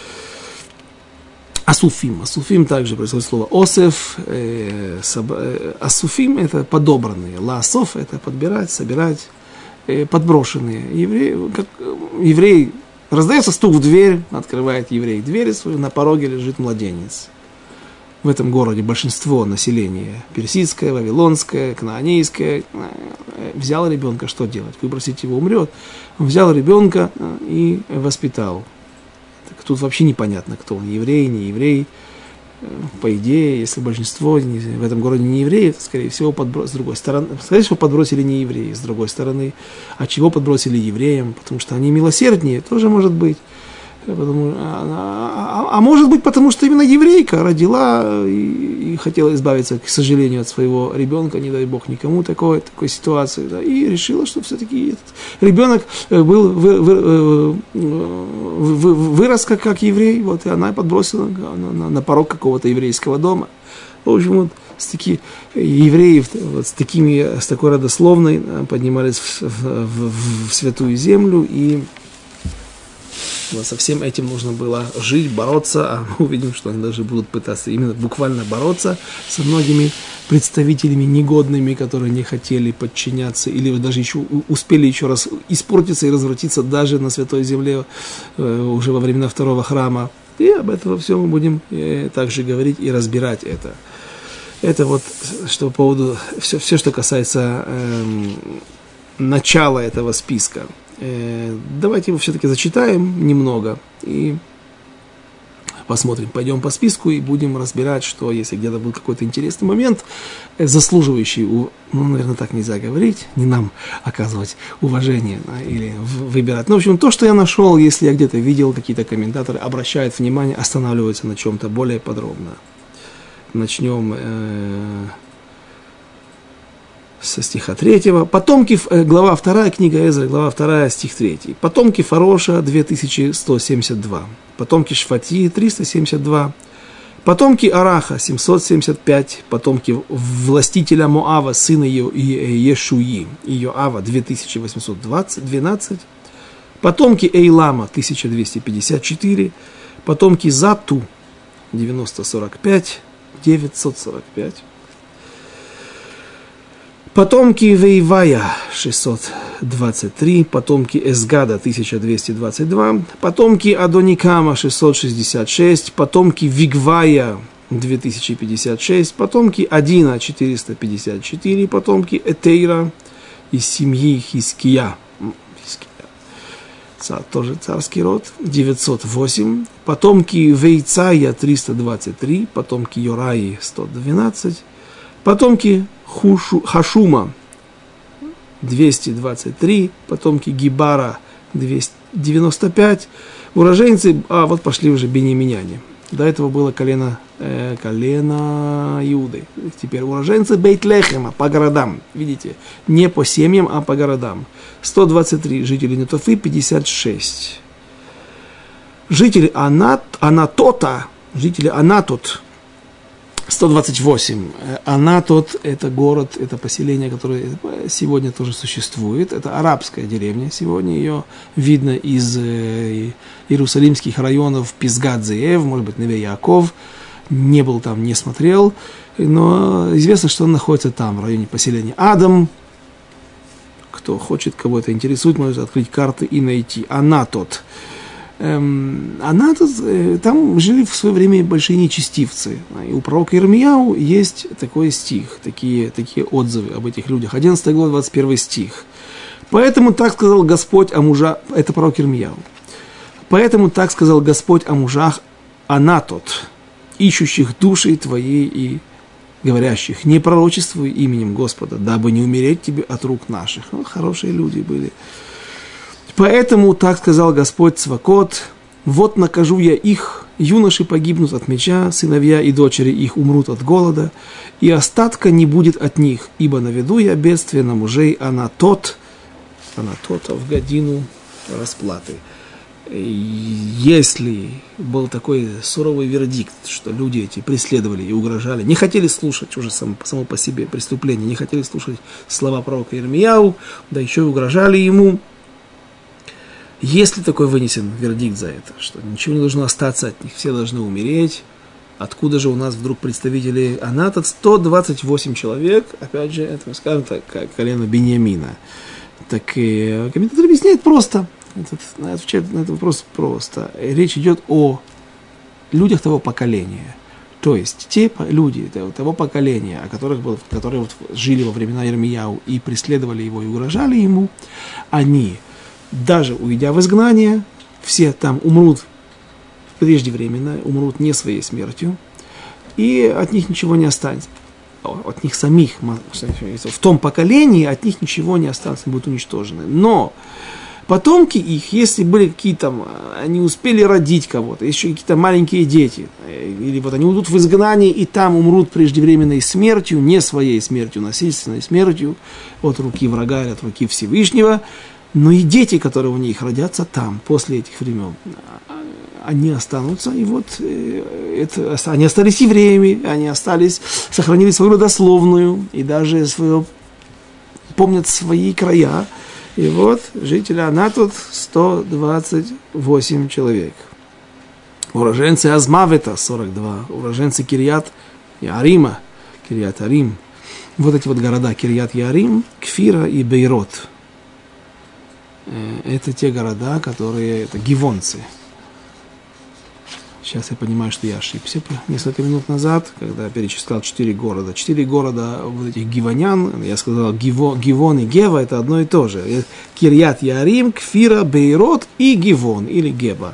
Асуфим также происходит слово осеф. Асуфим это подобранные. Лаасоф это подбирать, собирать. Подброшенные. Еврей раздается стук в дверь, открывает еврей дверь свою, на пороге лежит младенец. В этом городе большинство населения персидское, вавилонское, кнаанейское. Взял ребенка, что делать? Выбросить его, умрет. Взял ребенка и воспитал. Так тут вообще непонятно, кто он, еврей, не еврей. По идее, если большинство в этом городе не евреи, то, скорее всего, с другой стороны, скорее всего, подбросили не евреи. С другой стороны, от чего подбросили евреям? Потому что они милосерднее, тоже может быть. А может быть, потому что именно еврейка родила и хотела избавиться, к сожалению, от своего ребенка, не дай бог никому такой ситуации, да, и решила, что все-таки этот ребенок вырос как еврей, и она подбросила на порог какого-то еврейского дома. В общем, евреи вот с такой родословной поднимались в святую землю, и вот со всем этим нужно было жить, бороться, а мы увидим, что они даже будут пытаться именно буквально бороться со многими представителями негодными, которые не хотели подчиняться, или даже еще успели еще раз испортиться и развратиться даже на Святой Земле уже во времена второго храма. И об этом все мы будем также говорить и разбирать это. Это вот что по поводу, все что касается начала этого списка. Давайте его все-таки зачитаем немного и посмотрим. Пойдем по списку и будем разбирать, что если где-то будет какой-то интересный момент, заслуживающий, наверное, так нельзя говорить, не нам оказывать уважение, да, или выбирать. Ну, в общем, то, что я нашел, если я где-то видел, какие-то комментаторы обращают внимание, останавливаются на чем-то более подробно. Начнем со стиха 3. Потомки, глава 2, книга Эзры, глава 2, стих 3. Потомки Фароша 2172. Потомки Шфати 372. Потомки Араха 775. Потомки властителя Моава, сына Ешуи, Иоава 2812. Потомки Эйлама 1254. Потомки Зату 945. Потомки Вейвая 623, потомки Эсгада 1222, потомки Адоникама 666, потомки Вигвая 2056, потомки Адина 454, потомки Этейра из семьи Хиския, тоже царский род, 908, потомки Вейцая 323, потомки Йораи 112, потомки Хашума 223, потомки Гибара 295, уроженцы, вот пошли уже беньяминяне. До этого было колено Иуды. Теперь уроженцы Бейт-Лехема по городам, видите, не по семьям, а по городам. 123 жители Нетофы, 56. Жители Анатота, жители Анатот, 128. Анатот – это город, это поселение, которое сегодня тоже существует. Это арабская деревня. Сегодня ее видно из иерусалимских районов Писгат-Зеев, может быть, Неве-Яков. Не был там, не смотрел. Но известно, что он находится там, в районе поселения Адам. Кто хочет, кого это интересует, может открыть карты и найти. Анатот. Там жили в свое время большие нечестивцы. И у пророка Ирмияу есть такой стих, такие отзывы об этих людях. 11 глава, 21 стих. Поэтому так сказал Господь о мужах, это пророк Ирмияу. Поэтому так сказал Господь о мужах Анатот, ищущих души твоей и говорящих, не пророчествуй именем Господа, дабы не умереть тебе от рук наших. Хорошие люди были. Поэтому так сказал Господь Цвакот: вот накажу я их, юноши погибнут от меча, сыновья и дочери их умрут от голода, и остатка не будет от них, ибо наведу я бедствие на мужей Анатота в годину расплаты. Если был такой суровый вердикт, что люди эти преследовали и угрожали, не хотели слушать уже само по себе преступление, не хотели слушать слова пророка Ирмияу, да еще и угрожали ему. Если такой вынесен вердикт за это, что ничего не должно остаться от них, все должны умереть, откуда же у нас вдруг представители Анатот? 128 человек, опять же, это, скажем так, колено Беньямина. Так и комментатор объясняет просто, отвечает на этот вопрос просто. Речь идет о людях того поколения. То есть те люди того поколения, которые жили во времена Ирмияу и преследовали его и угрожали ему, они, даже уйдя в изгнание, все там умрут преждевременно, умрут не своей смертью, и от них ничего не останется. От них самих, в том поколении от них ничего не останется, будут уничтожены. Но потомки их, если были какие-то, они успели родить кого-то, еще какие-то маленькие дети, или вот они уйдут в изгнание и там умрут преждевременной смертью, не своей смертью, насильственной смертью, от руки врага или от руки Всевышнего, но и дети, которые у них родятся там, после этих времен, они останутся, и вот они остались евреями, они сохранили свою родословную, и даже помнят свои края. И вот жители Анатот 128 человек. Уроженцы Азмавета 42, уроженцы Кирьят-Яарима, Кирьят-Арим. Вот эти вот города Кирьят-Яарим, Кфира и Бейрот. Это те города, которые, это гивонцы. Сейчас я понимаю, что я ошибся несколько минут назад, когда перечислял 4 города. 4 города вот этих гивонян, я сказал, Гивон и Гева, это одно и то же. Кирьят-Яарим, Кфира, Бейрот и Гивон, или Геба.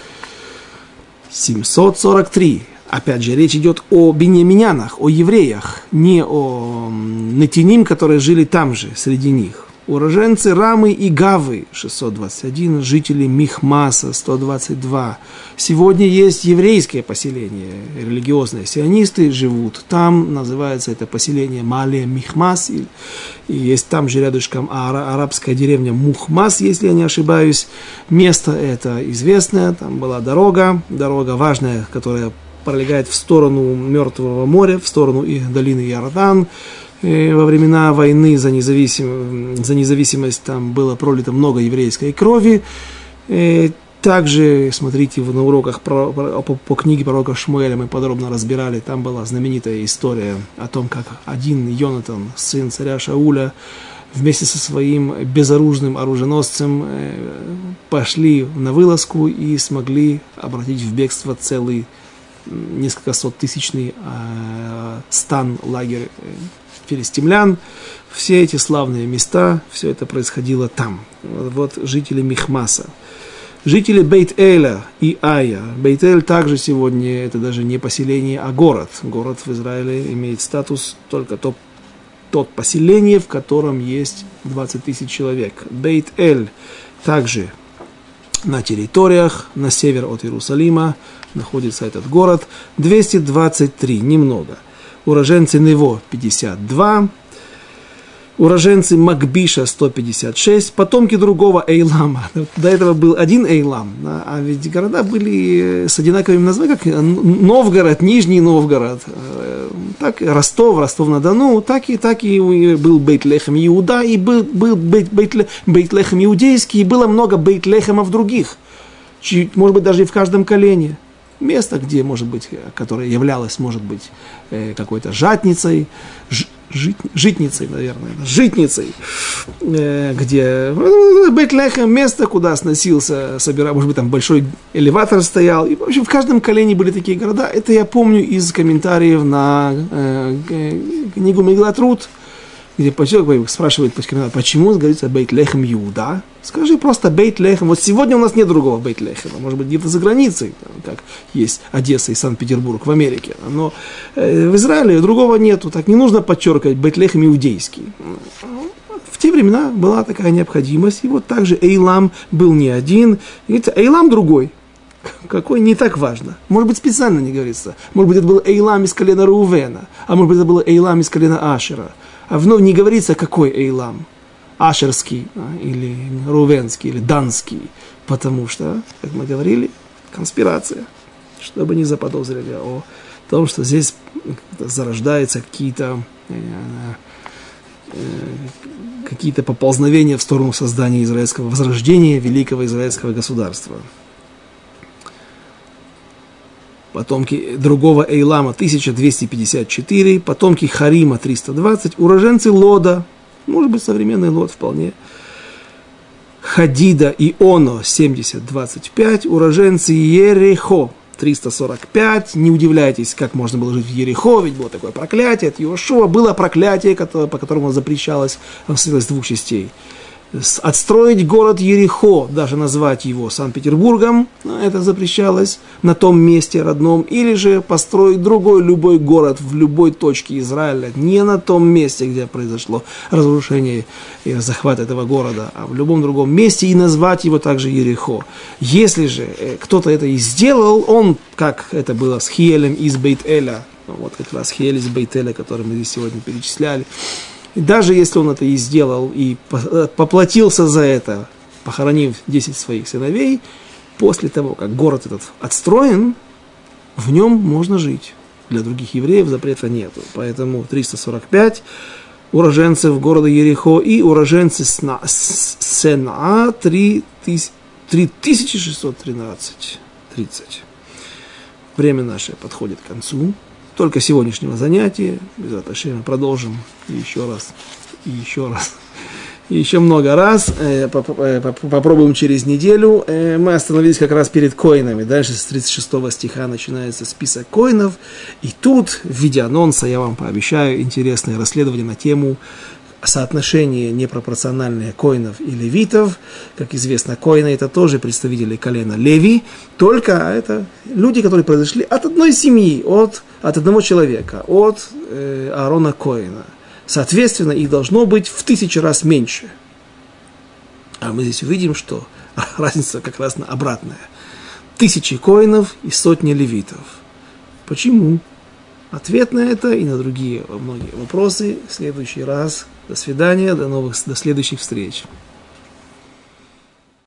743. Опять же, речь идет о беньяминянах, о евреях, не о нетиним, которые жили там же, среди них. Уроженцы Рамы и Гавы 621, жители Михмаса 122. Сегодня есть еврейское поселение, религиозные сионисты живут там, называется это поселение Мале Михмас, и есть там же рядышком арабская деревня Мухмас, если я не ошибаюсь. Место это известное, там была дорога важная, которая пролегает в сторону Мертвого моря, в сторону долины Иордан. Во времена войны за независимость там было пролито много еврейской крови. Также, смотрите, на уроках по книге пророка Шмуэля мы подробно разбирали, там была знаменитая история о том, как один Йонатан, сын царя Шауля, вместе со своим безоружным оруженосцем пошли на вылазку и смогли обратить в бегство целый несколько сот-тысячный стан, лагерь филистимлян. Все эти славные места, все это происходило там. Вот жители Михмаса. Жители Бейт-Эля и Ая. Бейт-Эль также сегодня, это даже не поселение, а город. Город в Израиле имеет статус только тот поселение, в котором есть 20 тысяч человек. Бейт-Эль также на территориях, на север от Иерусалима находится этот город. 223, немного. Уроженцы Нево 52, уроженцы Макбиша 156, потомки другого Эйлама. До этого был один Эйлам, а ведь города были с одинаковыми названием, как Новгород, Нижний Новгород, так Ростов-на-Дону, так и был Бейт-Лехем Иуда, и был Бейт-Лехем Иудейский, и было много Бейт-Лехемов других, может быть, даже и в каждом колене. Место, где, может быть, которое являлось, может быть, какой-то житницей, где Бейт-Лехем, место, куда сносился, может быть, там большой элеватор стоял. И, в общем, в каждом колене были такие города. Это я помню из комментариев на книгу Мегалат Рут, где человек спрашивает, почему говорится Бейт-Лехем Иуда. Скажи просто Бейт-Лехем. Вот сегодня у нас нет другого Бейт-Лехема. Может быть, где-то за границей, как есть Одесса и Санкт-Петербург в Америке. Но в Израиле другого нету. Так не нужно подчеркивать Бейт-Лехем иудейский. В те времена была такая необходимость. И вот также Эйлам был не один. И Эйлам другой. Какой, не так важно. Может быть, специально не говорится. Может быть, это был Эйлам из колена Реувена. А может быть, это был Эйлам из колена Ашера. А вновь не говорится, какой Эйлам. Ашерский, или Рувенский, или Данский. Потому что, как мы говорили, конспирация. Чтобы не заподозрили о том, что здесь зарождаются какие-то поползновения в сторону создания израильского возрождения, великого израильского государства. Потомки другого Эйлама 1254, потомки Харима 320, уроженцы Лода, может быть, современный Лод вполне, Хадида и Оно 70-25, уроженцы Ерехо 345. Не удивляйтесь, как можно было жить в Ерехо, ведь было такое проклятие от Йошуа, было проклятие, по которому запрещалось, из двух частей. Отстроить город Ерехо, даже назвать его Санкт-Петербургом, это запрещалось на том месте родном, или же построить другой любой город в любой точке Израиля, не на том месте, где произошло разрушение и захват этого города, а в любом другом месте, и назвать его также Ерехо. Если же кто-то это и сделал, он, как это было с Хиелем из Бейт-Эля, вот как раз Хиель из Бейт-Эля, который мы здесь сегодня перечисляли, и даже если он это и сделал, и поплатился за это, похоронив 10 своих сыновей, после того, как город этот отстроен, в нем можно жить. Для других евреев запрета нету. Поэтому 345 уроженцев города Ерихо и уроженцы Сенаа 3613. 30. Время наше подходит к концу. Только сегодняшнего занятия. Безат Ашем продолжим еще раз. И еще раз. И еще много раз. Попробуем через неделю. Мы остановились как раз перед коинами. Дальше с 36 стиха начинается список коинов. И тут, в виде анонса, я вам пообещаю интересное расследование на тему соотношения непропорциональное коинов и левитов. Как известно, коины это тоже представители колена Леви. Только это люди, которые произошли от одной семьи, от одного человека, от Аарона Коина. Соответственно, их должно быть в 1000 раз меньше. А мы здесь увидим, что разница как раз обратная. 1000 коинов и 100 левитов. Почему? Ответ на это и на другие многие вопросы в следующий раз. До свидания, до следующих встреч.